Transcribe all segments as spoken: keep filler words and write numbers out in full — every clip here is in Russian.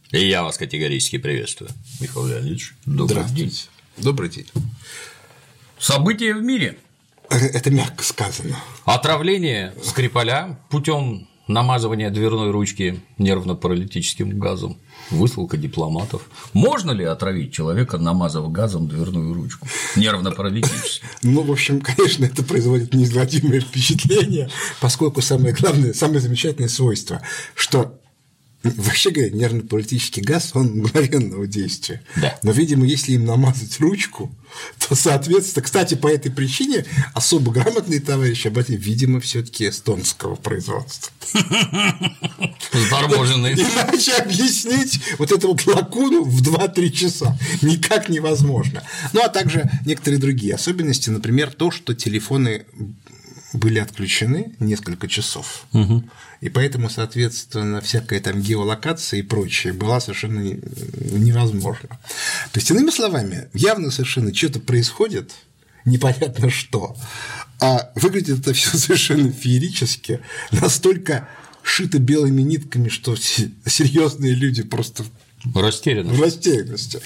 И я вас категорически приветствую, Михаил Леонидович. Добрый день. Добрый день. События в мире. Это мягко сказано. Отравление Скрипаля путем намазывания дверной ручки нервно-паралитическим газом. Высылка дипломатов. Можно ли отравить человека, намазав газом дверную ручку нервно-паралитически? Ну, в общем, конечно, это производит неизгладимое впечатление, поскольку самое главное, самое замечательное свойство, что вообще говоря, нервно-паралитический газ, он мгновенного действия. Да. Но, видимо, если им намазать ручку, то, соответственно, кстати, по этой причине особо грамотные товарищи об этом, видимо, все-таки эстонского производства. Заторможенный. Иначе объяснить вот эту вот лакуну в два-три часа никак невозможно. Ну, а также некоторые другие особенности, например, то, что телефоны были отключены несколько часов, угу. И поэтому, соответственно, всякая там геолокация и прочее была совершенно невозможна. То есть, иными словами, явно совершенно что-то происходит, непонятно что, а выглядит это все совершенно феерически, настолько шито белыми нитками, что серьезные люди просто растеряны. В растерянности.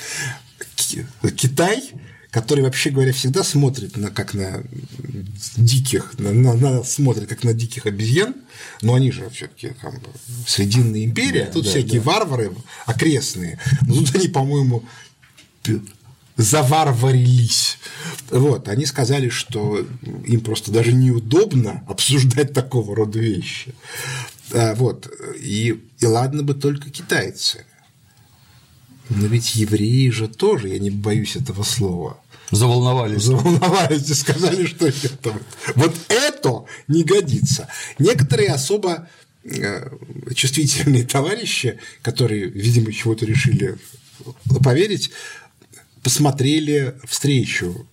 Китай, который, вообще говоря, всегда смотрит на, как на диких, на, на, на, смотрит как на диких обезьян, но они же все-таки там Срединная империя, да, тут да, всякие да. варвары окрестные, но тут они, по-моему, заварварились. Вот, они сказали, что им просто даже неудобно обсуждать такого рода вещи. Вот, и, и ладно бы только китайцы. Но ведь евреи же тоже, я не боюсь этого слова, заволновались. Заволновались и сказали, что это вот это не годится. Некоторые особо чувствительные товарищи, которые, видимо, чего-то решили поверить, посмотрели встречу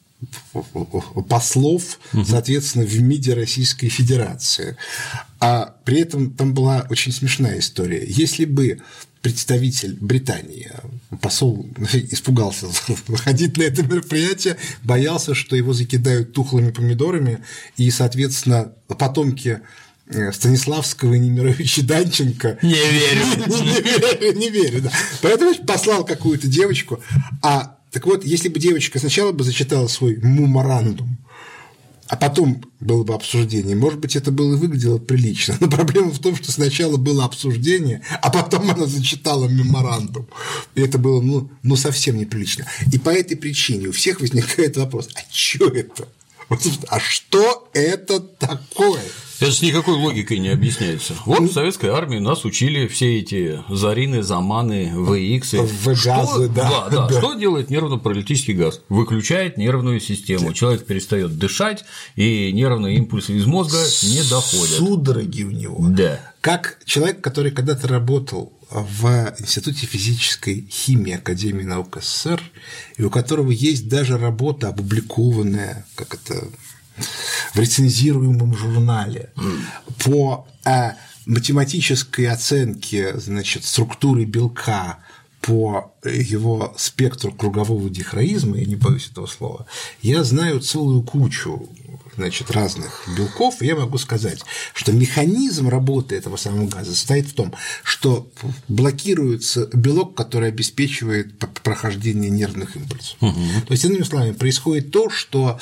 послов, соответственно, в МИДе Российской Федерации. А при этом там была очень смешная история. Если бы представитель Британии, посол, испугался выходить на это мероприятие, боялся, что его закидают тухлыми помидорами, и, соответственно, потомки Станиславского и Немировича Данченко не верю, не, не верю, не верю, да. Поэтому послал какую-то девочку, а так вот, если бы девочка сначала бы зачитала свой меморандум, а потом было бы обсуждение, может быть, это было и выглядело прилично, но проблема в том, что сначала было обсуждение, а потом она зачитала меморандум, и это было ну, ну совсем неприлично. И по этой причине у всех возникает вопрос: а что это? А что это такое? Это с никакой логикой не объясняется. Вот в советской армии нас учили все эти Зарины, Заманы, ВХ. В-газы, да, да, да. да. Что делает нервно-паралитический газ? Выключает нервную систему. Человек перестает дышать, и нервные импульсы из мозга не доходят. Судороги у него. Да. Как человек, который когда-то работал в Институте физической химии Академии наук СССР, и у которого есть даже работа, опубликованная, как это, в рецензируемом журнале по математической оценке, значит, структуры белка по его спектру кругового дихроизма, я не боюсь этого слова, я знаю целую кучу, значит, разных белков, и я могу сказать, что механизм работы этого самого газа состоит в том, что блокируется белок, который обеспечивает прохождение нервных импульсов. Угу. То есть, иными словами, происходит то, что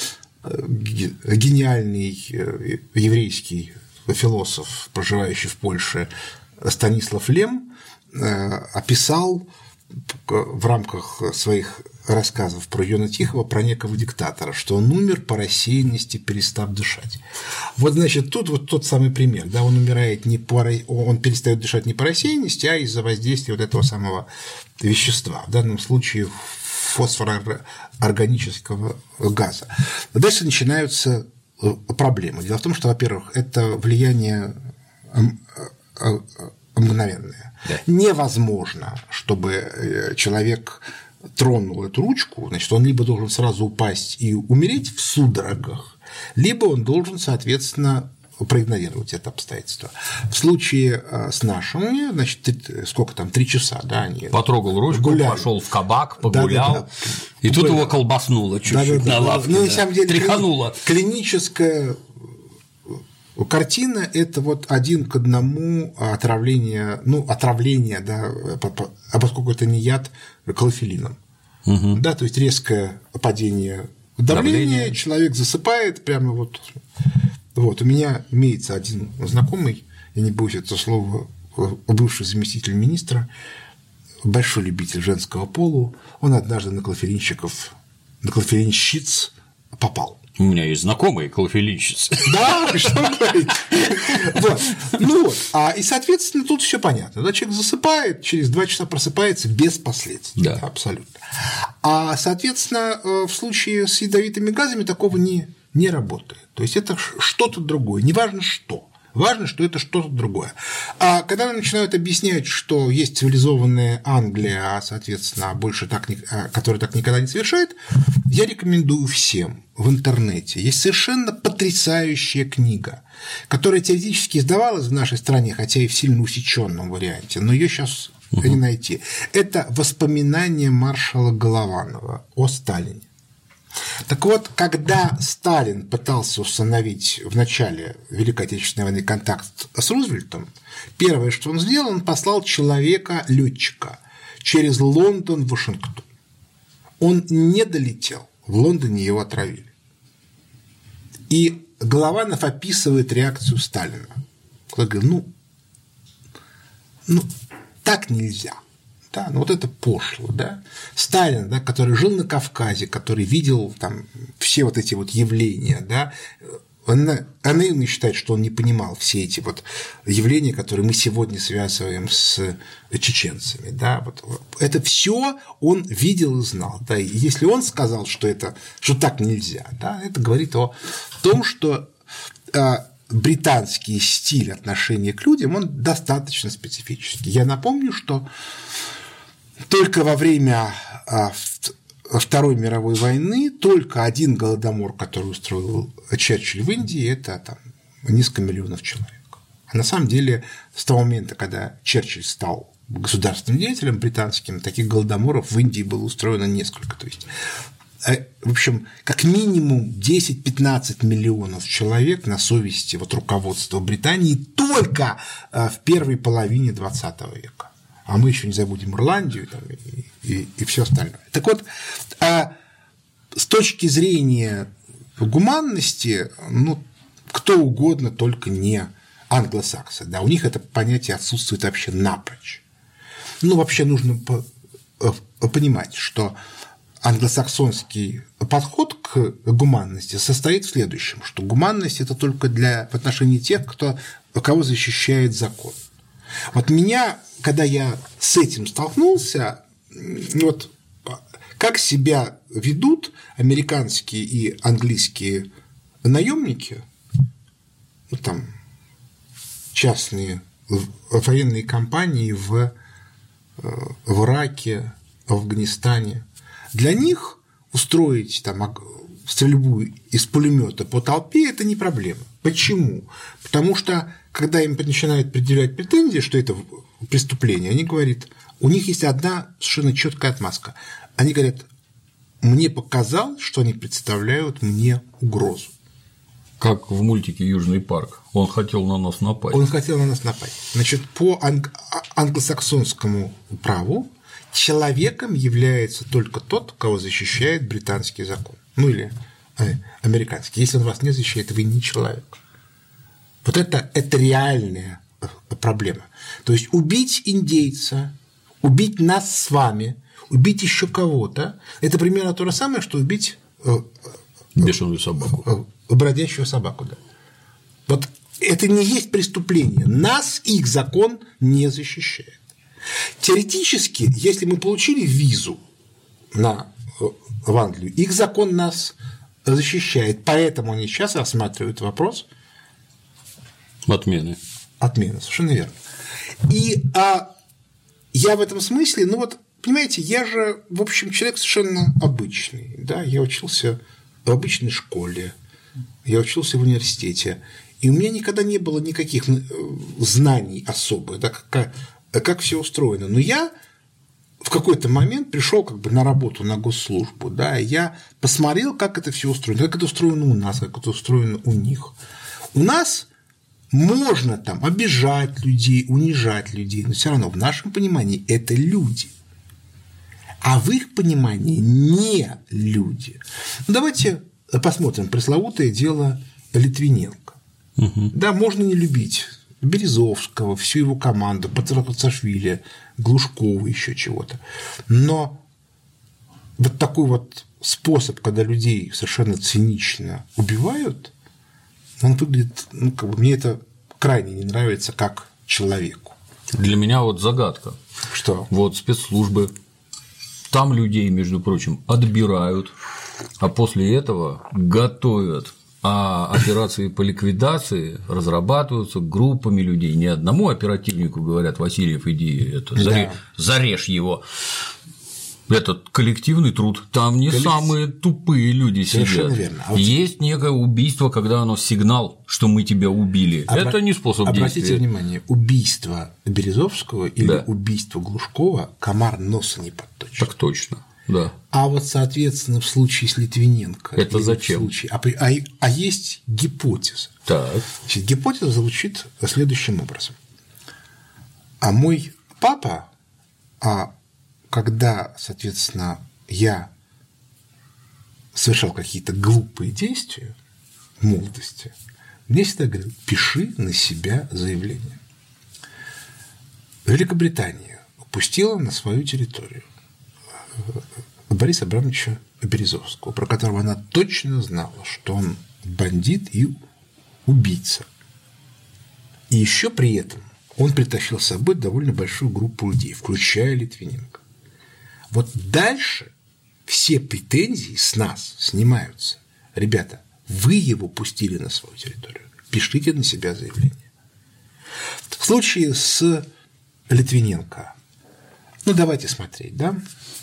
гениальный еврейский философ, проживающий в Польше, Станислав Лем, описал в рамках своих рассказов про Йона Тихого, про некого диктатора, что он умер по рассеянности, перестав дышать. Вот, значит, тут вот тот самый пример, да, он умирает не по, он перестает дышать не по рассеянности, а из-за воздействия вот этого самого вещества, в данном случае фосфороорганического газа. Дальше начинаются проблемы. Дело в том, что, во-первых, это влияние мгновенное. Да. Невозможно, чтобы человек тронул эту ручку, значит, он либо должен сразу упасть и умереть в судорогах, либо он должен, соответственно, проигнорировать это обстоятельство. В случае с нашими, значит, сколько там, три часа, да, они потрогал ручку, пошел в кабак, погулял, да, да, да. И погулял. Тут его колбаснуло чуть-чуть, да, да, да, на лавке, ну, на самом деле, тряхануло. Клиническое картина – это вот один к одному отравление, ну, отравление, да, а поскольку это не яд, клофелином. Угу. Да, то есть резкое падение давления, давление. Человек засыпает прямо вот. Вот. У меня имеется один знакомый, я не боюсь этого слова, бывший заместитель министра, большой любитель женского пола, он однажды на клофелинщиков, на клофелинщиц попал. У меня есть знакомые клофелинщицы. Да, что говорить. Вот. Ну вот. А, и, соответственно, тут все понятно. Да? Человек засыпает, через два часа просыпается без последствий. Да. Абсолютно. А, соответственно, в случае с ядовитыми газами такого не, не работает. То есть это что-то другое. Неважно что. Важно, что это что-то другое. А когда нам начинают объяснять, что есть цивилизованная Англия, а, соответственно, больше так, которая так никогда не совершает, я рекомендую всем в интернете. Есть совершенно потрясающая книга, которая теоретически издавалась в нашей стране, хотя и в сильно усеченном варианте, но ее сейчас угу. не найти. Это «Воспоминания маршала Голованова о Сталине». Так вот, когда Сталин пытался установить в начале Великой Отечественной войны контакт с Рузвельтом, первое, что он сделал, он послал человека-летчика через Лондон в Вашингтон. Он не долетел, в Лондоне его отравили. И Голованов описывает реакцию Сталина. Он говорит, ну, ну, так нельзя. Да, ну вот это пошло, да. Сталин, да, который жил на Кавказе, который видел там все вот эти вот явления, да, он, он наивно считает, что он не понимал все эти вот явления, которые мы сегодня связываем с чеченцами, да, вот это все он видел и знал, да, и если он сказал, что это, что так нельзя, да, это говорит о том, что британский стиль отношения к людям, он достаточно специфический. Я напомню, что только во время Второй мировой войны только один голодомор, который устроил Черчилль в Индии, это там несколько миллионов человек. А на самом деле с того момента, когда Черчилль стал государственным деятелем британским, таких голодоморов в Индии было устроено несколько. То есть, в общем, как минимум десять-пятнадцать миллионов человек на совести вот руководства Британии только в первой половине двадцатого века. А мы еще не забудем Ирландию там, и, и, и все остальное. Так вот, а с точки зрения гуманности, ну, кто угодно, только не англосаксы. Да, у них это понятие отсутствует вообще напрочь. Ну, вообще нужно понимать, что англосаксонский подход к гуманности состоит в следующем, что гуманность – это только для, в отношении тех, кто, кого защищает закон. Вот меня, когда я с этим столкнулся, вот как себя ведут американские и английские наемники, ну, там, частные военные компании в, в Ираке, в Афганистане, для них устроить там стрельбу из пулемета по толпе – это не проблема. Почему? Потому что, когда им начинают предъявлять претензии, что это преступление, они говорят, у них есть одна совершенно четкая отмазка. Они говорят, мне показалось, что они представляют мне угрозу. Как в мультике «Южный парк». Он хотел на нас напасть. Он хотел на нас напасть. Значит, по анг... англосаксонскому праву человеком является только тот, кого защищает британский закон. Ну или американский. Если он вас не защищает, вы не человек. Вот это, это реальная проблема. То есть убить индейца, убить нас с вами, убить еще кого-то, это примерно то же самое, что убить бешеную собаку. Бродящую собаку, да. Вот это не есть преступление. Нас их закон не защищает. Теоретически, если мы получили визу на, в Англию, их закон нас защищает, поэтому они сейчас рассматривают вопрос отмены. Отмены, совершенно верно. И а, я в этом смысле, ну вот, понимаете, я же, в общем, человек совершенно обычный, да, я учился в обычной школе, я учился в университете, и у меня никогда не было никаких знаний особых, да, как, как все устроено. Но я в какой-то момент пришел как бы на работу, на госслужбу, да, и я посмотрел, как это все устроено, как это устроено у нас, как это устроено у них. У нас Можно там обижать людей, унижать людей, но все равно в нашем понимании это люди. А в их понимании не люди. Ну, давайте посмотрим пресловутое дело Литвиненко. Угу. Да, можно не любить Березовского, всю его команду, Пацашвили, Глушкова, еще чего-то. Но вот такой вот способ, когда людей совершенно цинично убивают, он выглядит, ну, как бы мне это крайне не нравится как человеку. Для меня вот загадка. Что? Вот спецслужбы. Там людей, между прочим, отбирают, а после этого готовят. А операции по ликвидации разрабатываются группами людей. Не одному оперативнику говорят: Васильев, иди, это, зарежь, да. зарежь его. Этот коллективный труд. Там не Коллектив... самые тупые люди Совершенно сидят. Верно. А вот... Есть некое убийство, когда оно сигнал, что мы тебя убили. Обра... Это не способ Обратите действия. Обратите внимание, убийство Березовского или да. убийство Глушкова комар носа не подточит. Так точно. Да. А вот, соответственно, в случае с Литвиненко. Это зачем? Случае... А, а, а есть гипотеза. Так. Значит, гипотеза звучит следующим образом. А мой папа, а когда, соответственно, я совершал какие-то глупые действия в молодости, мне всегда говорил: пиши на себя заявление. Великобритания пустила на свою территорию Бориса Абрамовича Березовского, про которого она точно знала, что он бандит и убийца. И еще при этом он притащил с собой довольно большую группу людей, включая Литвиненко. Вот дальше все претензии с нас снимаются. Ребята, вы его пустили на свою территорию, пишите на себя заявление. В случае с Литвиненко, ну давайте смотреть, да?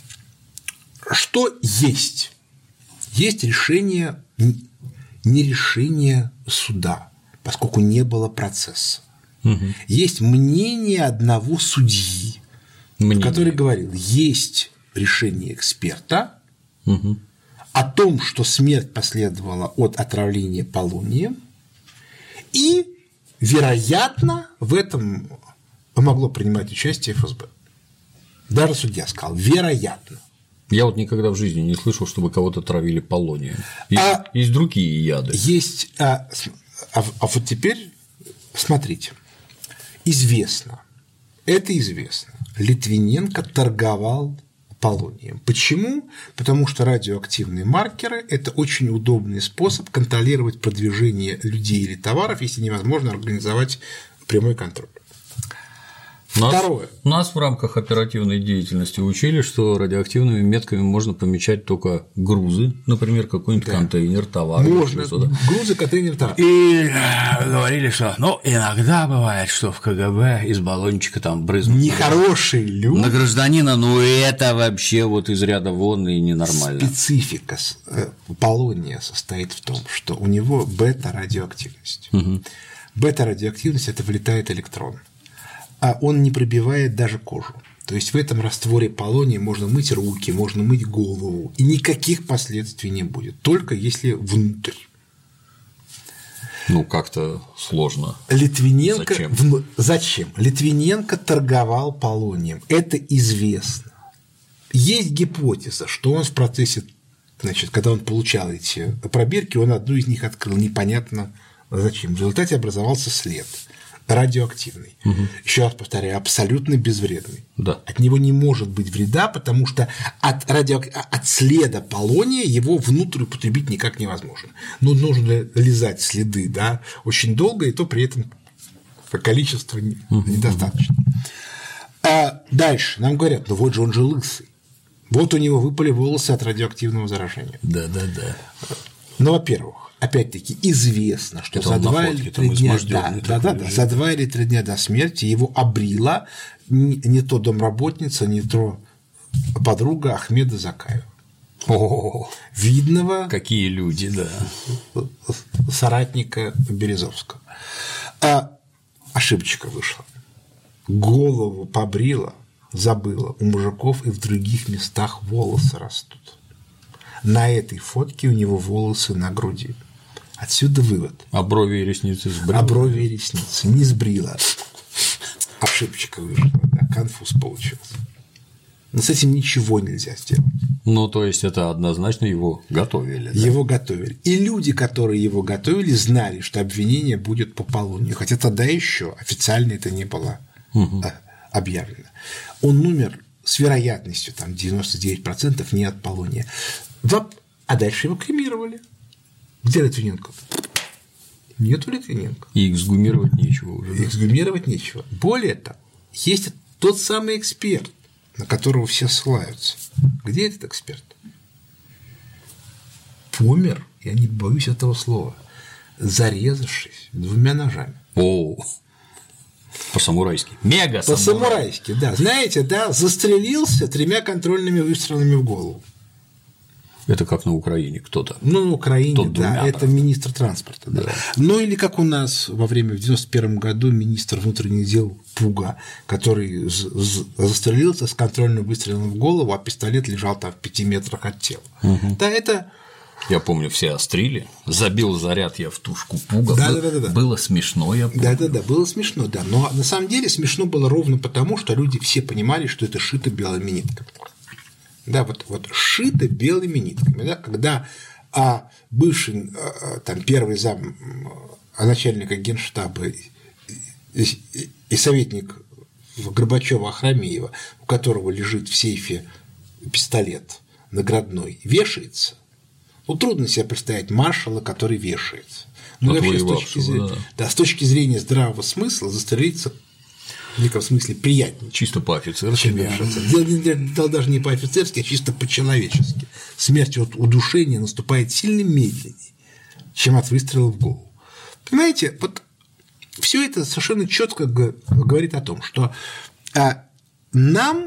Что есть? Есть решение, не решение суда, поскольку не было процесса. Угу. Есть мнение одного судьи, мнение. который говорил: есть решение эксперта угу. о том, что смерть последовала от отравления полонием, и, вероятно, в этом могло принимать участие эф эс бэ. Даже судья сказал: вероятно. Я вот никогда в жизни не слышал, чтобы кого-то травили полонием. Есть, а есть другие яды. Есть. А, а, а вот теперь смотрите. Известно, это известно, Литвиненко торговал полонием. Почему? Потому что радиоактивные маркеры – это очень удобный способ контролировать продвижение людей или товаров, если невозможно организовать прямой контроль. Второе. Нас, нас в рамках оперативной деятельности учили, что радиоактивными метками можно помечать только грузы, например, какой-нибудь да. контейнер, товар. Можно. Грузы, контейнер, товар. И говорили, что ну, иногда бывает, что в ка гэ бэ из баллончика там брызнут. Нехорошие люди. На гражданина, ну это вообще вот из ряда вон и ненормально. Специфика полония состоит в том, что у него бета-радиоактивность. Угу. Бета-радиоактивность – это вылетает электрон. А он не пробивает даже кожу. То есть в этом растворе полония можно мыть руки, можно мыть голову, и никаких последствий не будет, только если внутрь. Ну, как-то сложно. Литвиненко… Зачем? В... Зачем? Литвиненко торговал полонием. Это известно. Есть гипотеза, что он в процессе, значит, когда он получал эти пробирки, он одну из них открыл, непонятно зачем. В результате образовался след. Радиоактивный. Угу. Еще раз повторяю, абсолютно безвредный. Да. От него не может быть вреда, потому что от, радио... от следа полония его внутрь употребить никак невозможно. Но нужно лизать следы, да, очень долго, и то при этом количество угу. недостаточно. А дальше нам говорят: ну вот же он же лысый. Вот у него выпали волосы от радиоактивного заражения. Да, да, да. Ну, во-первых, опять-таки известно, что за два, или три дня, да, да, да, да, за два или три дня до смерти его обрила не, не то домработница, не то подруга Ахмеда Закаева. О, видного какие люди, да, соратника Березовского. А ошибочка вышла. Голову побрила, забыла. У мужиков и в других местах волосы растут. На этой фотке у него волосы на груди. Отсюда вывод. А брови и ресницы сбрила? А брови и ресницы не сбрила. Ошибочка вышла, да, конфуз получился. Но с этим ничего нельзя сделать. Ну, то есть, это однозначно его готовили. Да? Его готовили. И люди, которые его готовили, знали, что обвинение будет по полунию. Хотя тогда еще официально это не было угу. объявлено. Он умер с вероятностью там, девяносто девять процентов не от полуния. А дальше его кремировали. Где Литвиненко? Нету Литвиненко. И эксгумировать нечего уже. Да? Эксгумировать нечего. Более того, есть тот самый эксперт, на которого все ссылаются. Где этот эксперт? Помер, я не боюсь этого слова, зарезавшись двумя ножами. О, по-самурайски. Мега по-самурайски, да. Знаете, да, застрелился тремя контрольными выстрелами в голову. Это как на Украине кто-то. Ну, на Украине, Тот да, двумя, это правда. Министр транспорта. Да. Да. Ну, или как у нас во время, в девяносто первом году, министр внутренних дел Пуга, который застрелился с контрольным выстрелом в голову, а пистолет лежал там в пяти метрах от тела. Угу. Да, это… Я помню, все острили, забил заряд я в тушку Пуга, да, Был, да, да, да. было смешно, я помню. Да-да-да, было смешно, да, но на самом деле смешно было ровно потому, что люди все понимали, что это шито белыми нитками. Да, вот, вот шито белыми нитками, да, когда а, бывший а, там, первый зам а, начальника Генштаба и, и, и советник Горбачева Ахрамеева, у которого лежит в сейфе пистолет наградной, вешается, ну, трудно себе представить маршала, который вешается. Ну, вообще, с точки, зрения, да. Да, с точки зрения здравого смысла застрелиться в неком смысле приятнее. Чисто по-офицерски. Да, даже не по-офицерски, а чисто по-человечески. Смерть от удушения наступает сильно медленнее, чем от выстрела в голову. Понимаете, вот все это совершенно четко говорит о том, что нам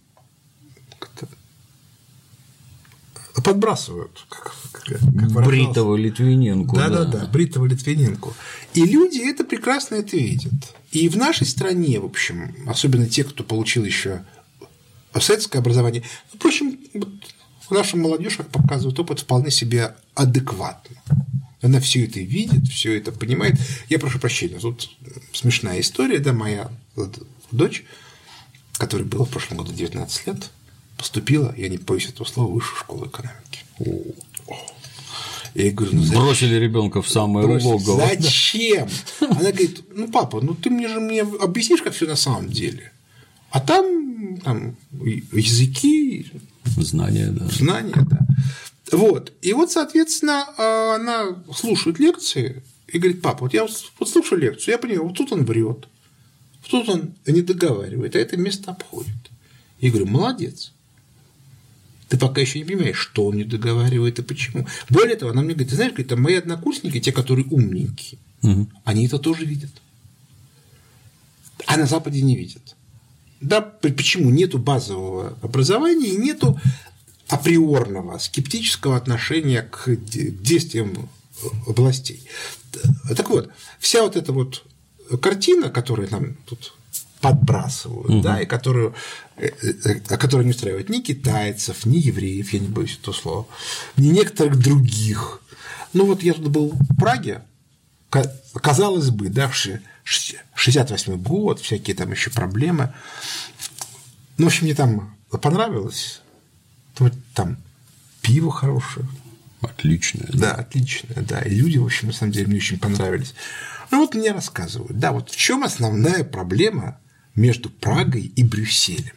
подбрасывают, как, как, как Бритого Литвиненко. Да, да, да, Бритого Литвиненко. И люди это прекрасно это видят. И в нашей стране, в общем, особенно те, кто получил еще советское образование, впрочем, наша молодежь, как показывает опыт, вполне себе адекватна. Она все это видит, все это понимает. Я прошу прощения, тут смешная история, да, моя дочь, которой было в прошлом году девятнадцать лет, поступила, я не боюсь этого слова, в высшую школу экономики. О. Я ей говорю, ну, бросили ребенка в самое логово. Зачем? Она говорит, ну, папа, ну ты мне же мне объяснишь, как все на самом деле. А там, там языки, знания, да. Знания, да. Вот. И вот, соответственно, она слушает лекции и говорит, папа, вот я вот слушаю лекцию, я понимаю, вот тут он врет, вот тут он не договаривает, а это место обходит. Я говорю, молодец. Ты пока еще не понимаешь, что он не договаривает и почему. Более того, она мне говорит, ты знаешь, говорит, мои однокурсники, те, которые умненькие, угу. они это тоже видят. А на Западе не видят. Да, почему? Нету базового образования и нету априорного скептического отношения к действиям властей. Так вот, вся вот эта вот картина, которую нам тут подбрасывают, угу. да, и которую, которую не устраивает ни китайцев, ни евреев, я не боюсь этого слова, ни некоторых других. Ну вот я тут был в Праге, казалось бы, да, в шестьдесят восьмой год, всякие там еще проблемы. Ну, в общем, мне там понравилось. Там пиво хорошее. Отличное. Да, да, отличное, да. И люди, в общем, на самом деле, мне очень понравились. Ну, вот мне рассказывают, да, вот в чем основная проблема между Прагой и Брюсселем.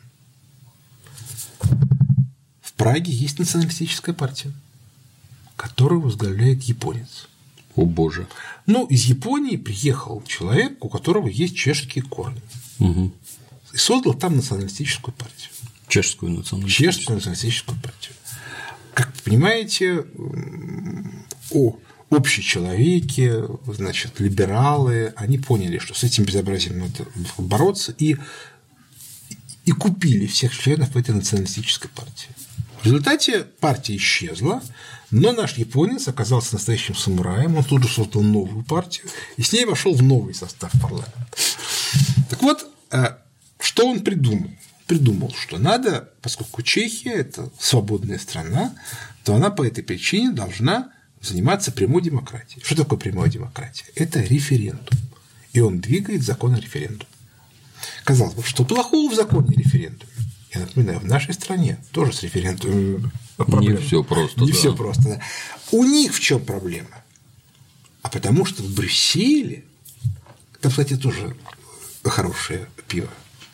В Праге есть националистическая партия, которую возглавляет японец. О боже. Ну, из Японии приехал человек, у которого есть чешские корни. Угу. И создал там националистическую партию. Чешскую националистическую. Чешскую националистическую партию. Как вы понимаете, о общечеловеки, значит, либералы, они поняли, что с этим безобразием надо бороться, и, и купили всех членов этой националистической партии. В результате партия исчезла, но наш японец оказался настоящим самураем, он тут же создал новую партию и с ней вошел в новый состав парламента. Так вот, что он придумал? Придумал, что надо, поскольку Чехия – это свободная страна, то она по этой причине должна заниматься прямой демократией. Что такое прямая демократия? Это референдум. И он двигает закон о референдуме. Казалось бы, что плохого в законе о референдуме? Я напоминаю, в нашей стране тоже с референдумом проблема. Не все просто. Не да. все просто, да. У них в чем проблема? А потому что в Брюсселе, там, кстати, тоже хорошее пиво.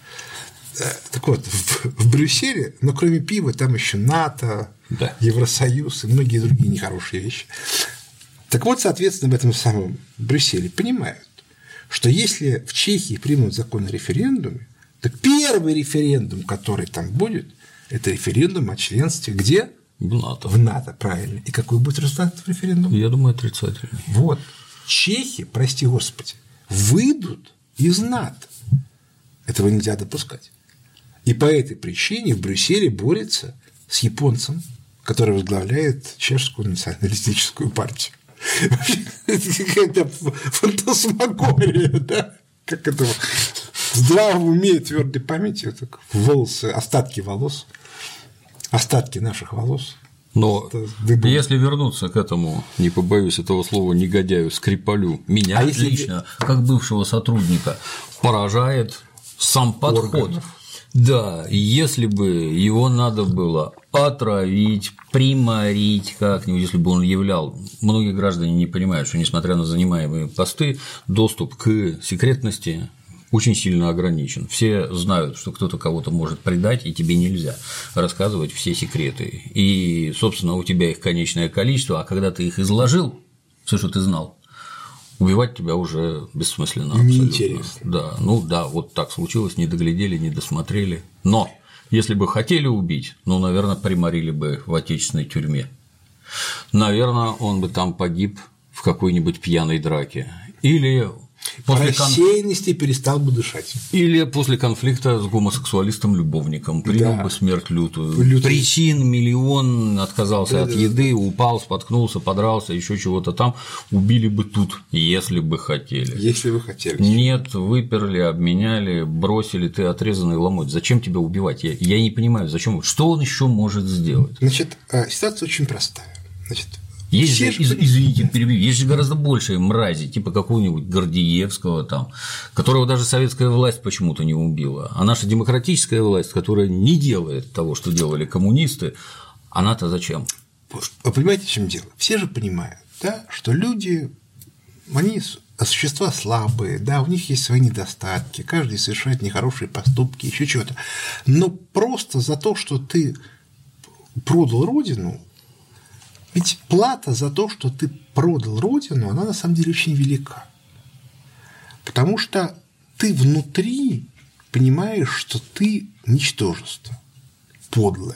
Так вот, в, в Брюсселе, но кроме пива, там еще НАТО, да. Евросоюз и многие другие нехорошие вещи. Так вот, соответственно, в этом самом Брюсселе понимают, что если в Чехии примут закон о референдуме, то первый референдум, который там будет, это референдум о членстве где? В НАТО. В НАТО, правильно. И какой будет результат этого референдума? Я думаю, отрицательный. Вот. Чехи, прости господи, выйдут из НАТО. Этого нельзя допускать. И по этой причине в Брюсселе борется с японцем, который возглавляет чешскую националистическую партию. Какая-то фантасмагория, да? Как это в здравом уме и твердой памяти, волосы, остатки волос, остатки наших волос. Но если вернуться к этому, не побоюсь этого слова, негодяю, Скрипалю, меня а если... лично, как бывшего сотрудника, поражает сам подход. Органов. Да, если бы его надо было отравить, приморить как-нибудь, если бы он являл, многие граждане не понимают, что, несмотря на занимаемые посты, доступ к секретности очень сильно ограничен. Все знают, что кто-то кого-то может предать, и тебе нельзя рассказывать все секреты. И, собственно, у тебя их конечное количество, а когда ты их изложил, все, что ты знал, убивать тебя уже бессмысленно. Неинтересно. Да, ну да, вот так случилось, не доглядели, не досмотрели. Но если бы хотели убить, ну, наверное, приморили бы в отечественной тюрьме. Наверное, он бы там погиб в какой-нибудь пьяной драке. Или по рассеянности кон... перестал бы дышать. Или после конфликта с гомосексуалистом-любовником принял да. бы смерть лютую. Лютый. Причин миллион, отказался да, от да, еды, да. упал, споткнулся, подрался, еще чего-то там. Убили бы тут, если бы хотели. Если бы хотели. Нет, выперли, обменяли, бросили, ты отрезанный ломоть. Зачем тебя убивать? Я, я не понимаю, зачем. Что он еще может сделать? Значит, ситуация очень простая. Значит, Есть же, из, извините, перебью, есть же гораздо большие мрази, типа какого-нибудь Гордеевского, там, которого даже советская власть почему-то не убила. А наша демократическая власть, которая не делает того, что делали коммунисты, она-то зачем? Вы понимаете, в чем дело? Все же понимают, да, что люди, они существа слабые, да, у них есть свои недостатки, каждый совершает нехорошие поступки, еще чего-то. Но просто за то, что ты продал родину. Ведь плата за то, что ты продал родину, она на самом деле очень велика. Потому что ты внутри понимаешь, что ты ничтожество, подлое.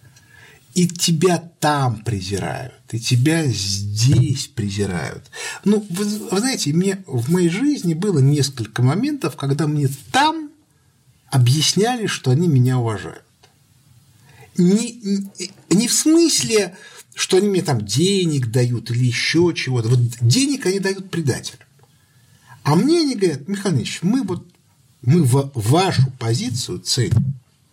И тебя там презирают, и тебя здесь презирают. Ну, вы, вы знаете, мне, в моей жизни было несколько моментов, когда мне там объясняли, что они меня уважают. Не, не, не в смысле, что они мне там денег дают или еще чего-то. Вот денег они дают предателям. А мне они говорят: Михаил Ильич, мы вот мы вашу позицию ценим.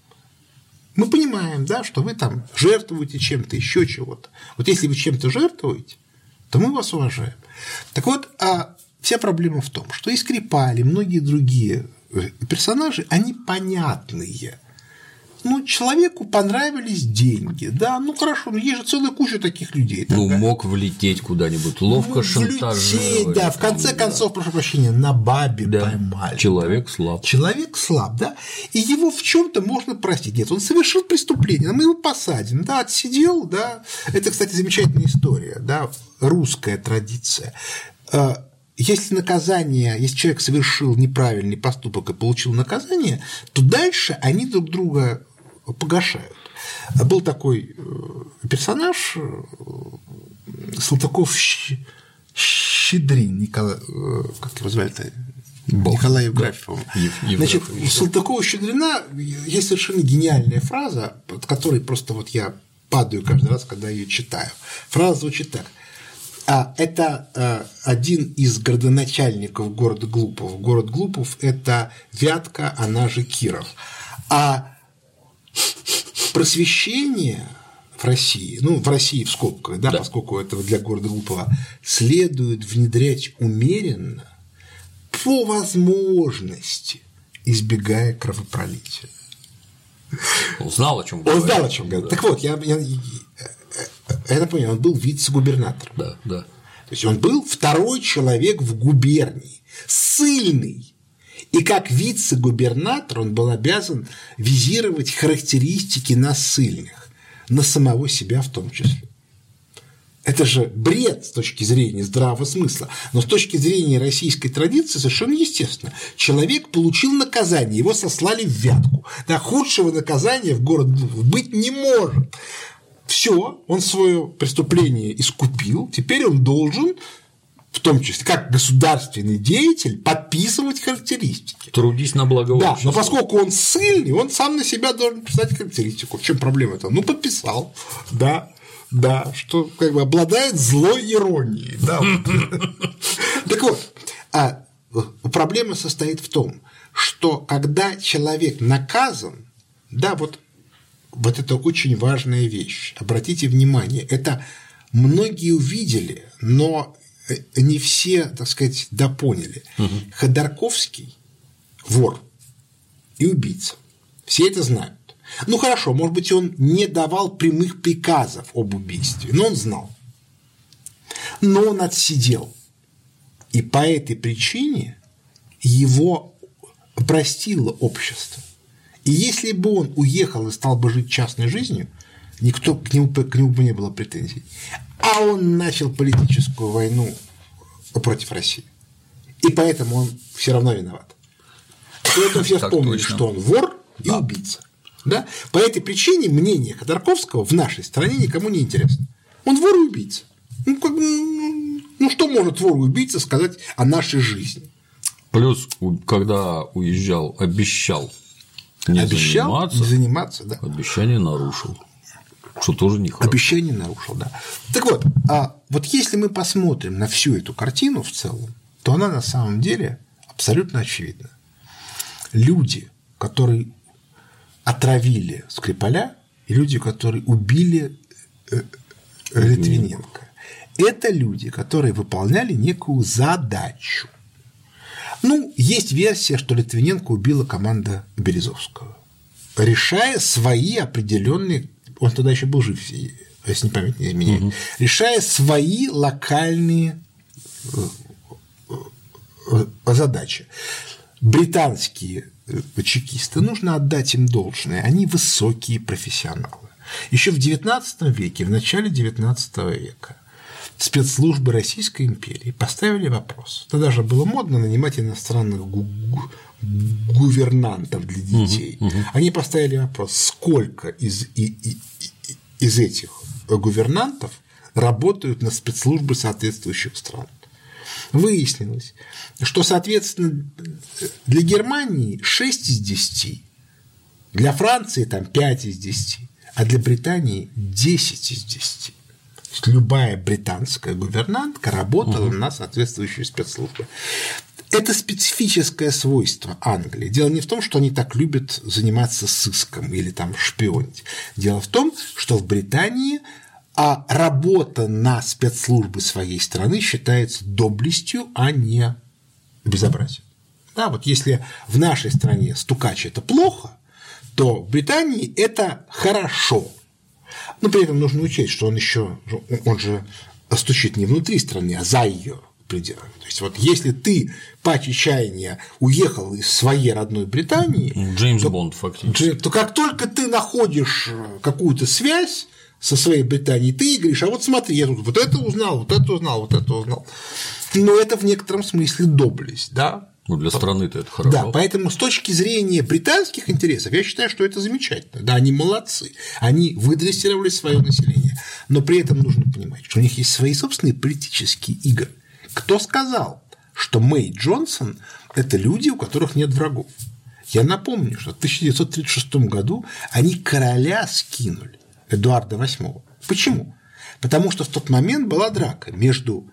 Мы понимаем, да, что вы там жертвуете чем-то, еще чего-то. Вот если вы чем-то жертвуете, то мы вас уважаем. Так вот, а вся проблема в том, что и Скрипаль, и многие другие персонажи, они понятные. Ну, человеку понравились деньги, да, ну хорошо, ну есть же целая куча таких людей. Так, ну, да? мог влететь куда-нибудь, ловко ну, шантажировать. Да, в конце там, концов, да. прошу прощения, на бабе да. поймали. Человек да? слаб. Человек слаб, да, и его в чем-то можно простить. Нет, он совершил преступление, мы его посадим, да, отсидел, да. Это, кстати, замечательная история, да, русская традиция. Если наказание, если человек совершил неправильный поступок и получил наказание, то дальше они друг друга погашают. Был такой персонаж Салтыков-Щедрин, Николай, как его звали-то? Николай Евграфьев, по-моему. Значит, у Салтыкова-Щедрина есть совершенно гениальная фраза, от которой просто вот я падаю каждый раз, когда ее читаю. Фраза звучит так. А это один из городоначальников города Глупов. Город Глупов – это Вятка, она же Киров. А просвещение в России, ну, в России в скобках, да, да. поскольку этого для города глупого, следует внедрять умеренно, по возможности, избегая кровопролития. Он знал, о чем говорил. Он знал, о чем говорил. Да. Так вот, я, я, я напомню, он был вице-губернатором. Да, да. То есть он был второй человек в губернии, ссыльный. И как вице-губернатор он был обязан визировать характеристики на ссыльных, на самого себя в том числе. Это же бред с точки зрения здравого смысла, но с точки зрения российской традиции совершенно естественно. Человек получил наказание, его сослали в Вятку. Да, худшего наказания в город быть не может. Все, он свое преступление искупил, теперь он должен, в том числе как государственный деятель, подписывать характеристики. Трудись на благо общества. Да, но поскольку он ссыльный, он сам на себя должен писать характеристику. В чем проблема-то? Ну, подписал, да. Да, что как бы обладает злой иронией. Да. Так вот, а проблема состоит в том, что когда человек наказан, да, вот, вот это очень важная вещь. Обратите внимание, это многие увидели, но не все, так сказать, допоняли. Угу. Ходорковский вор и убийца. Все это знают. Ну хорошо, может быть, он не давал прямых приказов об убийстве, но он знал. Но он отсидел. И по этой причине его простило общество. И если бы он уехал и стал бы жить частной жизнью, никто к нему, к нему бы не было претензий. А он начал политическую войну против России. И поэтому он все равно виноват. Поэтому все вспомнили, что он вор и да. убийца. Да? По этой причине мнение Ходорковского в нашей стране никому не интересно. Он вор и убийца. Ну, как, ну что может вор и убийца сказать о нашей жизни? Плюс, когда уезжал, обещал не обещал заниматься, не заниматься да. обещание нарушил. Что тоже нехорошо. Обещание нарушил, да. Так вот, а вот если мы посмотрим на всю эту картину в целом, то она на самом деле абсолютно очевидна. Люди, которые отравили Скрипаля, и люди, которые убили Литвиненко. Это люди, которые выполняли некую задачу. Ну, есть версия, что Литвиненко убила команда Березовского, решая свои определенные, он тогда еще был жив, если не память не изменяет, угу. решая свои локальные задачи. Британские чекисты, нужно отдать им должное, они высокие профессионалы. Еще в девятнадцатом веке, в начале девятнадцатого века спецслужбы Российской империи поставили вопрос. Тогда же было модно нанимать иностранных гу- гу- гувернантов для детей. Uh-huh, uh-huh. Они поставили вопрос, сколько из, и, и, из этих гувернантов работают на спецслужбы соответствующих стран. Выяснилось, что, соответственно, для Германии шесть из десяти, для Франции там пять из десяти, а для Британии десять из десяти. То есть любая британская гувернантка работала угу. на соответствующие спецслужбы. Это специфическое свойство Англии. Дело не в том, что они так любят заниматься сыском или там шпионить. Дело в том, что в Британии а работа на спецслужбы своей страны считается доблестью, а не безобразием. Да, вот если в нашей стране стукач – это плохо, то в Британии это хорошо. Но при этом нужно учесть, что он еще, он же стучит не внутри страны, а за ее пределами. То есть, вот если ты по чаяния уехал из своей родной Британии, Джеймс то, Бонд фактически, то как только ты находишь какую-то связь со своей Британией, ты и говоришь, а вот смотри, я тут вот это узнал, вот это узнал, вот это узнал. Но это в некотором смысле доблесть, да? Ну, для страны-то это хорошо. Да, поэтому с точки зрения британских интересов я считаю, что это замечательно. Да, они молодцы, они выдрессировали свое население. Но при этом нужно понимать, что у них есть свои собственные политические игры. Кто сказал, что Мэй Джонсон – это люди, у которых нет врагов? Я напомню, что в тысяча девятьсот тридцать шестом году они короля скинули, Эдуарда восьмого. Почему? Потому что в тот момент была драка между,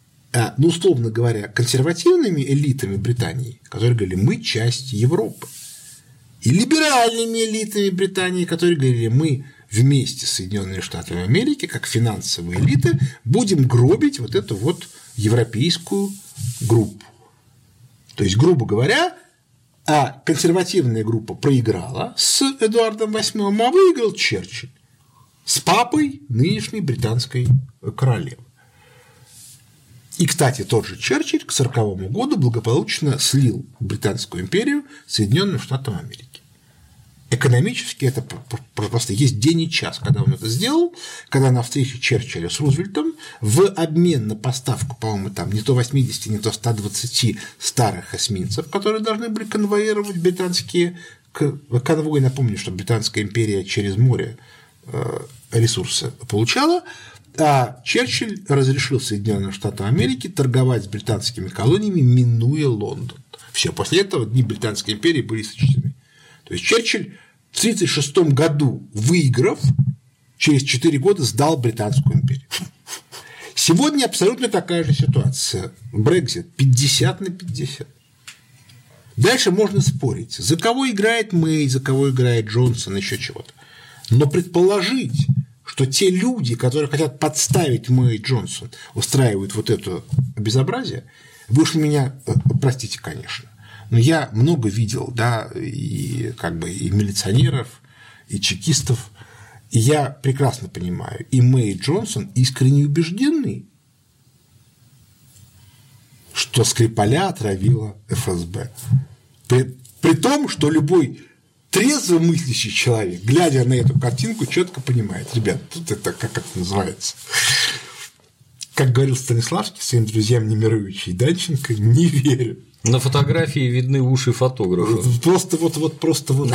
ну, условно говоря, консервативными элитами Британии, которые говорили, мы часть Европы, и либеральными элитами Британии, которые говорили, мы вместе с Соединенными Штатами Америки, как финансовые элиты, будем гробить вот эту вот европейскую группу. То есть, грубо говоря, а консервативная группа проиграла с Эдуардом восьмым, а выиграл Черчилль с папой нынешней британской королевы. И, кстати, тот же Черчилль к сороковому году благополучно слил Британскую империю Соединенным Штатам Америки. Экономически это просто есть день и час, когда он это сделал, когда на встрече Черчилля с Рузвельтом в обмен на поставку, по-моему, там не то восьмидесяти, не то ста двадцати старых эсминцев, которые должны были конвоировать британские конвои. Напомню, что Британская империя через море ресурсы получала, а Черчилль разрешил Соединенным Штатам Америки торговать с британскими колониями, минуя Лондон. Все, после этого дни Британской империи были сочтены. То есть Черчилль в тысяча девятьсот тридцать шестом году, выиграв, через четыре года сдал Британскую империю. Сегодня абсолютно такая же ситуация. Брексит пятьдесят на пятьдесят. Дальше можно спорить, за кого играет Мэй, за кого играет Джонсон, еще чего-то. Но предположить, что те люди, которые хотят подставить Мэй и Джонсон, устраивают вот это безобразие, вы уж меня простите, конечно. Но я много видел, да, и как бы и милиционеров, и чекистов, и я прекрасно понимаю, и Мэй и Джонсон искренне убеждены, что Скрипаля отравила эф эс бэ. При, при том, что любой трезво мыслящий человек, глядя на эту картинку, четко понимает, ребят, тут это как это называется. Как говорил Станиславский своим друзьям Немировичу и Данченко, не верю. На фотографии видны уши фотографа. Просто вот, вот просто вот.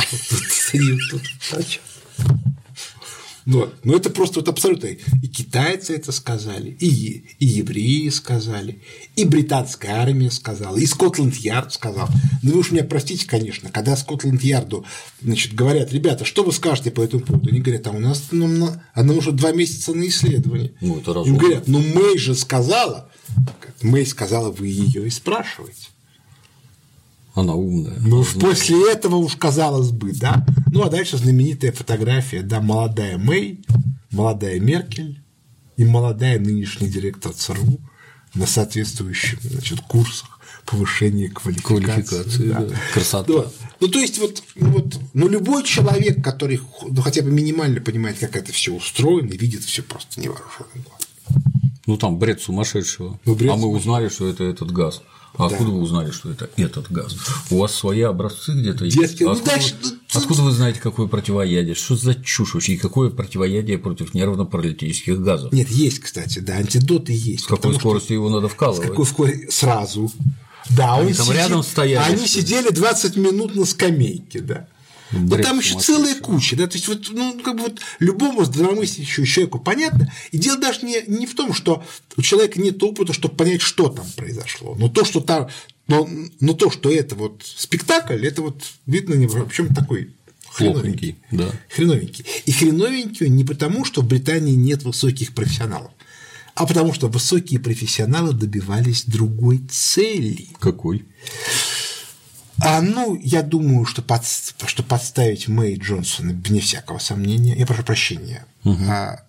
Но, но это просто вот абсолютно. И китайцы это сказали, и, и евреи сказали, и британская армия сказала, и Скотланд-Ярд сказал. Ну вы уж меня простите, конечно, когда Скотланд-Ярду, значит, говорят, ребята, что вы скажете по этому поводу? Они говорят, а у нас ну, она уже два месяца на исследование. Ну, это Им говорят, ну Мэй же сказала. Мэй сказала, вы ее и спрашиваете. Она умная. Ну, уж после этого уж казалось бы, да. Ну, а дальше знаменитая фотография, да, молодая Мэй, молодая Меркель и молодая нынешний директор ЦРУ на соответствующих, значит, курсах повышения квалификации. Квалификации, да. Да. Красота. Да. Ну, то есть, вот, вот, ну, любой человек, который ну, хотя бы минимально понимает, как это все устроено, и видит все просто невооруженным глазом. Ну, там бред сумасшедшего. Ну, бред а мы сумасшедшего. узнали, что это этот газ. А да. Откуда вы узнали, что это этот газ? У вас свои образцы где-то есть? Детские, откуда, ну, дальше... вы, откуда вы знаете, какое противоядие? Что за чушь вообще? И какое противоядие против нервно-паралитических газов? Нет, есть, кстати, да, антидоты есть. С какой скоростью его надо вкалывать? С какой скоростью? Сразу. Да, они он там сидит... рядом стояли. Они сидели двадцать минут на скамейке, да. Но там еще целая куча, да, то есть вот, ну, как бы вот любому здравомыслящему человеку понятно, и дело даже не, не в том, что у человека нет опыта, чтобы понять, что там произошло, но то, что там, но, но то, что это вот спектакль, это вот видно не в чем такой хреновенький, да. хреновенький. И хреновенький не потому, что в Британии нет высоких профессионалов, а потому что высокие профессионалы добивались другой цели. Какой? А, ну, я думаю, что, под, что подставить Мэй Джонсона, вне всякого сомнения, я прошу прощения, угу. а,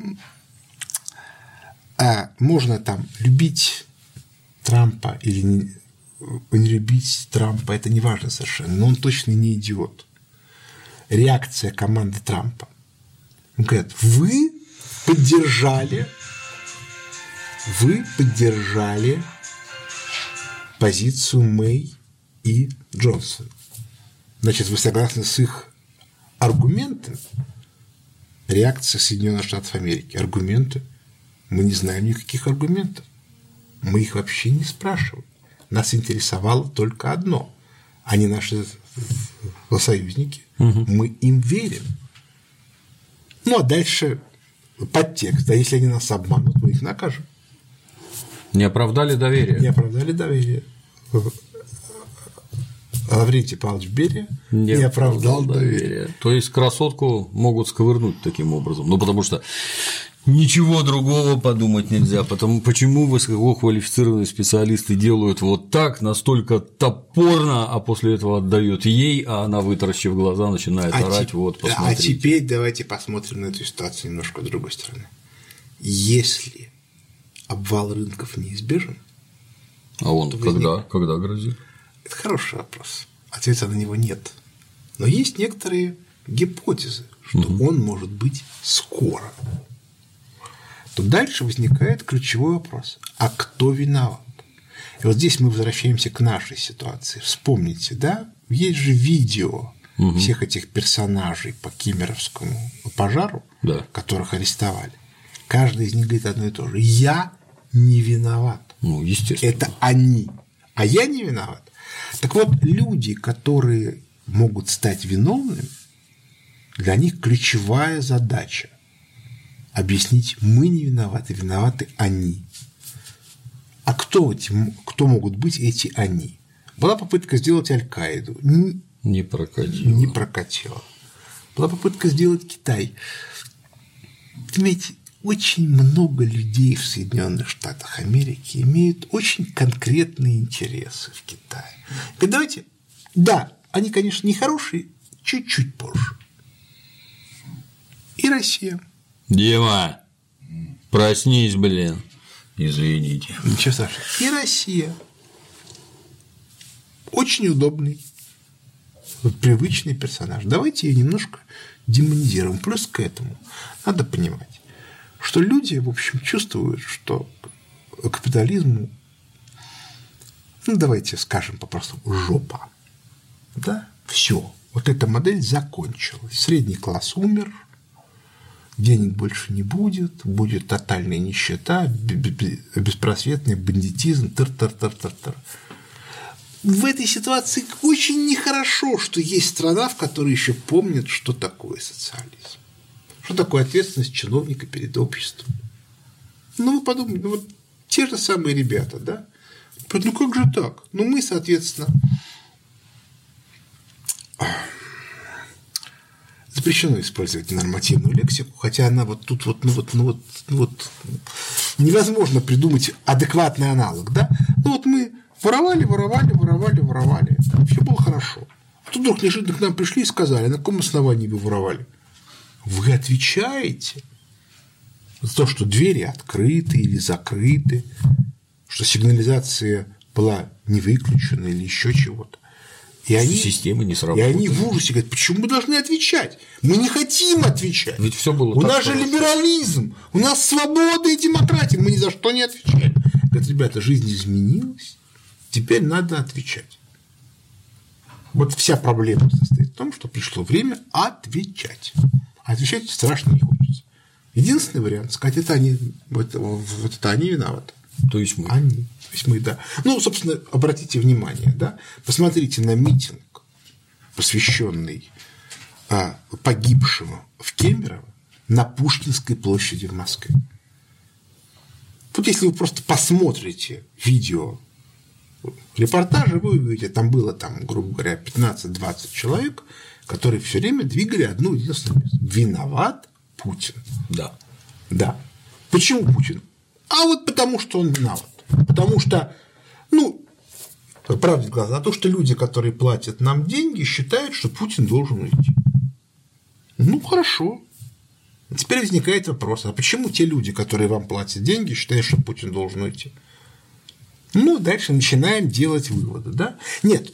а можно там любить Трампа или не, не любить Трампа, это не важно совершенно, но он точно не идиот. Реакция команды Трампа. Он говорит, вы поддержали, вы поддержали позицию Мэй и Джонсон. Значит, вы согласны с их аргументами? Реакция Соединенных Штатов Америки. Аргументы? Мы не знаем никаких аргументов. Мы их вообще не спрашивали. Нас интересовало только одно. Они наши союзники. Угу. Мы им верим. Ну, а дальше подтекст. А если они нас обманут, мы их накажем. Не оправдали доверие. Не оправдали доверие. Лаврентий Павлович Берия не, не оправдал доверия. То есть красотку могут сковырнуть таким образом. Ну, потому что Ничего другого подумать нельзя, потому почему высококвалифицированные специалисты делают вот так, настолько топорно, а после этого отдают ей, а она, вытаращив глаза, начинает а орать, те... вот, посмотрите. А теперь давайте посмотрим на эту ситуацию немножко с другой стороны. Если обвал рынков неизбежен… А он когда? Возник... Когда грозит? Это хороший вопрос. Ответа на него нет. Но есть некоторые гипотезы, что угу. он может быть скоро. То дальше возникает ключевой вопрос. А кто виноват? И вот здесь мы возвращаемся к нашей ситуации. Вспомните, да? Есть же видео угу. всех этих персонажей по Кемеровскому пожару, да. которых арестовали. Каждый из них говорит одно и то же. Я не виноват. Ну, естественно. Это они. А я не виноват. Так вот, люди, которые могут стать виновными, для них ключевая задача объяснить, мы не виноваты, виноваты они. А кто, эти, кто могут быть эти они? Была попытка сделать Аль-Каиду. Не, не прокатило. Не прокатило. Была попытка сделать Китай. Понимаете, очень много людей в Соединенных Штатах Америки имеют очень конкретные интересы в Китае. И давайте, да, они, конечно, нехорошие, чуть-чуть позже. И Россия. Дима, проснись, блин. Извините. Ничего страшного. И Россия. Очень удобный, вот, привычный персонаж. Давайте ее немножко демонизируем. Плюс к этому надо понимать, что люди, в общем, чувствуют, что капитализму, ну, давайте скажем попросту, жопа. Да? Все. Вот эта модель закончилась. Средний класс умер. Денег больше не будет, будет тотальная нищета, беспросветный бандитизм, тыр-тыр-тыр-тыр-тыр. В этой ситуации очень нехорошо, что есть страна, в которой еще помнят, что такое социализм, что такое ответственность чиновника перед обществом. Ну, вы подумайте, ну, вот те же самые ребята, да? Ну, как же так? Ну, мы, соответственно… Запрещено использовать нормативную лексику, хотя она вот тут вот, ну вот, ну вот, ну вот невозможно придумать адекватный аналог, да? Ну вот мы воровали, воровали, воровали, воровали, все было хорошо. Тут вдруг неожиданно к нам пришли и сказали, на каком основании вы воровали? Вы отвечаете за то, что двери открыты или закрыты, что сигнализация была не выключена или еще чего-то. И они, система не сработала. И они в ужасе говорят, почему мы должны отвечать? Мы не хотим отвечать. Ведь все было у так нас же просто. Либерализм, у нас свобода и демократия, мы ни за что не отвечаем. Говорят, ребята, жизнь изменилась, теперь надо отвечать. Вот вся проблема состоит в том, что пришло время отвечать. А отвечать страшно не хочется. Единственный вариант – сказать, это они, вот, вот это они виноваты. То есть мы. Они. То есть мы, да. Ну, собственно, обратите внимание, да, посмотрите на митинг, посвященный а, погибшему в Кемерово на Пушкинской площади в Москве. Вот если вы просто посмотрите видео репортажа, вы увидите, там было, там, грубо говоря, пятнадцать-двадцать человек, которые все время двигали одну единственную мысль. Виноват Путин. Да. Да. Почему Путин? А вот потому, что он виноват. Потому что, ну, правде глаза, то, что люди, которые платят нам деньги, считают, что Путин должен уйти. Ну, хорошо. Теперь возникает вопрос, а почему те люди, которые вам платят деньги, считают, что Путин должен уйти? Ну, дальше начинаем делать выводы, да? Нет.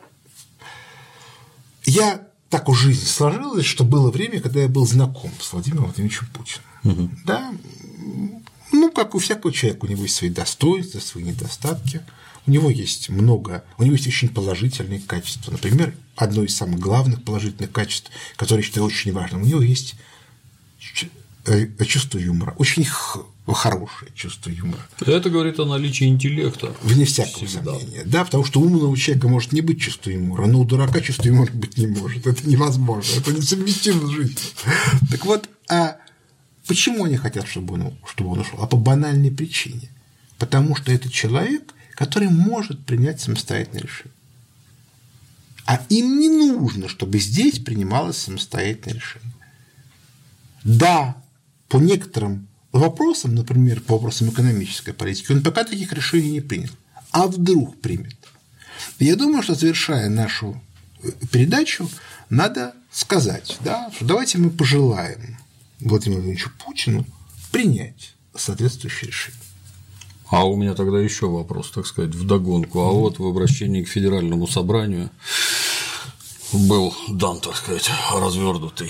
Я так уж жизнь сложилась, что было время, когда я был знаком с Владимиром Владимировичем Путиным. Угу. Да. Ну, как у всякого человека, у него есть свои достоинства, свои недостатки, у него есть много, у него есть очень положительные качества. Например, одно из самых главных положительных качеств, которое я считаю очень важным, у него есть чувство юмора, очень хорошее чувство юмора. Это говорит о наличии интеллекта. Вне всякого сомнения, да, потому что у умного человека может не быть чувства юмора, но у дурака чувства юмора быть не может, это невозможно, это несовместимо с жизнью. Так вот, а почему они хотят, чтобы он, чтобы он ушел? А по банальной причине. Потому что это человек, который может принять самостоятельное решение. А им не нужно, чтобы здесь принималось самостоятельное решение. Да, по некоторым вопросам, например, по вопросам экономической политики, он пока таких решений не принял. А вдруг примет? Я думаю, что, завершая нашу передачу, надо сказать, да, что давайте мы пожелаем Владимиру Владимировичу Путину принять соответствующее решение. А у меня тогда еще вопрос, так сказать, вдогонку. А вот в обращении к Федеральному собранию был дан, так сказать, развернутый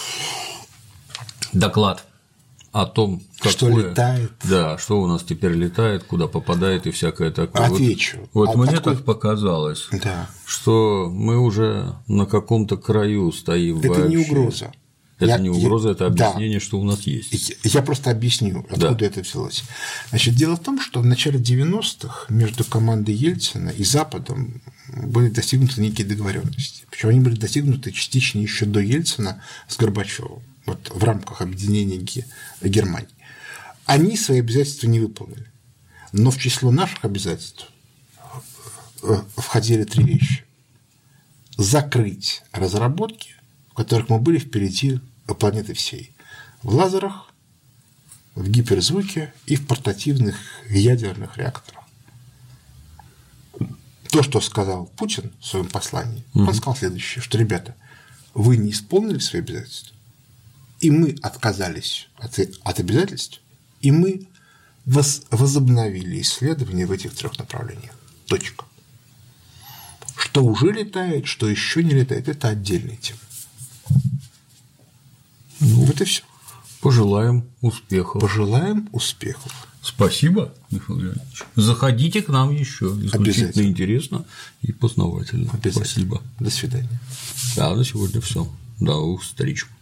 доклад о том, какое, что летает. Да, что у нас теперь летает, куда попадает и всякое такое. Отвечу. Вот, вот а мне откуда... так показалось, да. что мы уже на каком-то краю стоим. Это вообще. не угроза. Это я, не угроза, я, это объяснение, да. что у нас есть. Я просто объясню, откуда да. это взялось. Значит, дело в том, что в начале девяностых между командой Ельцина и Западом были достигнуты некие договоренности. Причем они были достигнуты частично еще до Ельцина с Горбачевым, вот в рамках объединения Германии. Они свои обязательства не выполнили. Но в число наших обязательств входили три вещи. Закрыть разработки, в которых мы были впереди планеты всей. В лазерах, в гиперзвуке и в портативных ядерных реакторах. То, что сказал Путин в своем послании, угу. он сказал следующее, что, ребята, вы не исполнили свои обязательства, и мы отказались от, от обязательств, и мы воз, возобновили исследования в этих трех направлениях. Точка. Что уже летает, что еще не летает, это отдельная тема. Ну, вот и все. Пожелаем успехов. Пожелаем успехов. Спасибо, Михаил Леонидович. Заходите к нам еще. Исключительно интересно и познавательно. Спасибо. До свидания. Да, на сегодня все. До новых встреч.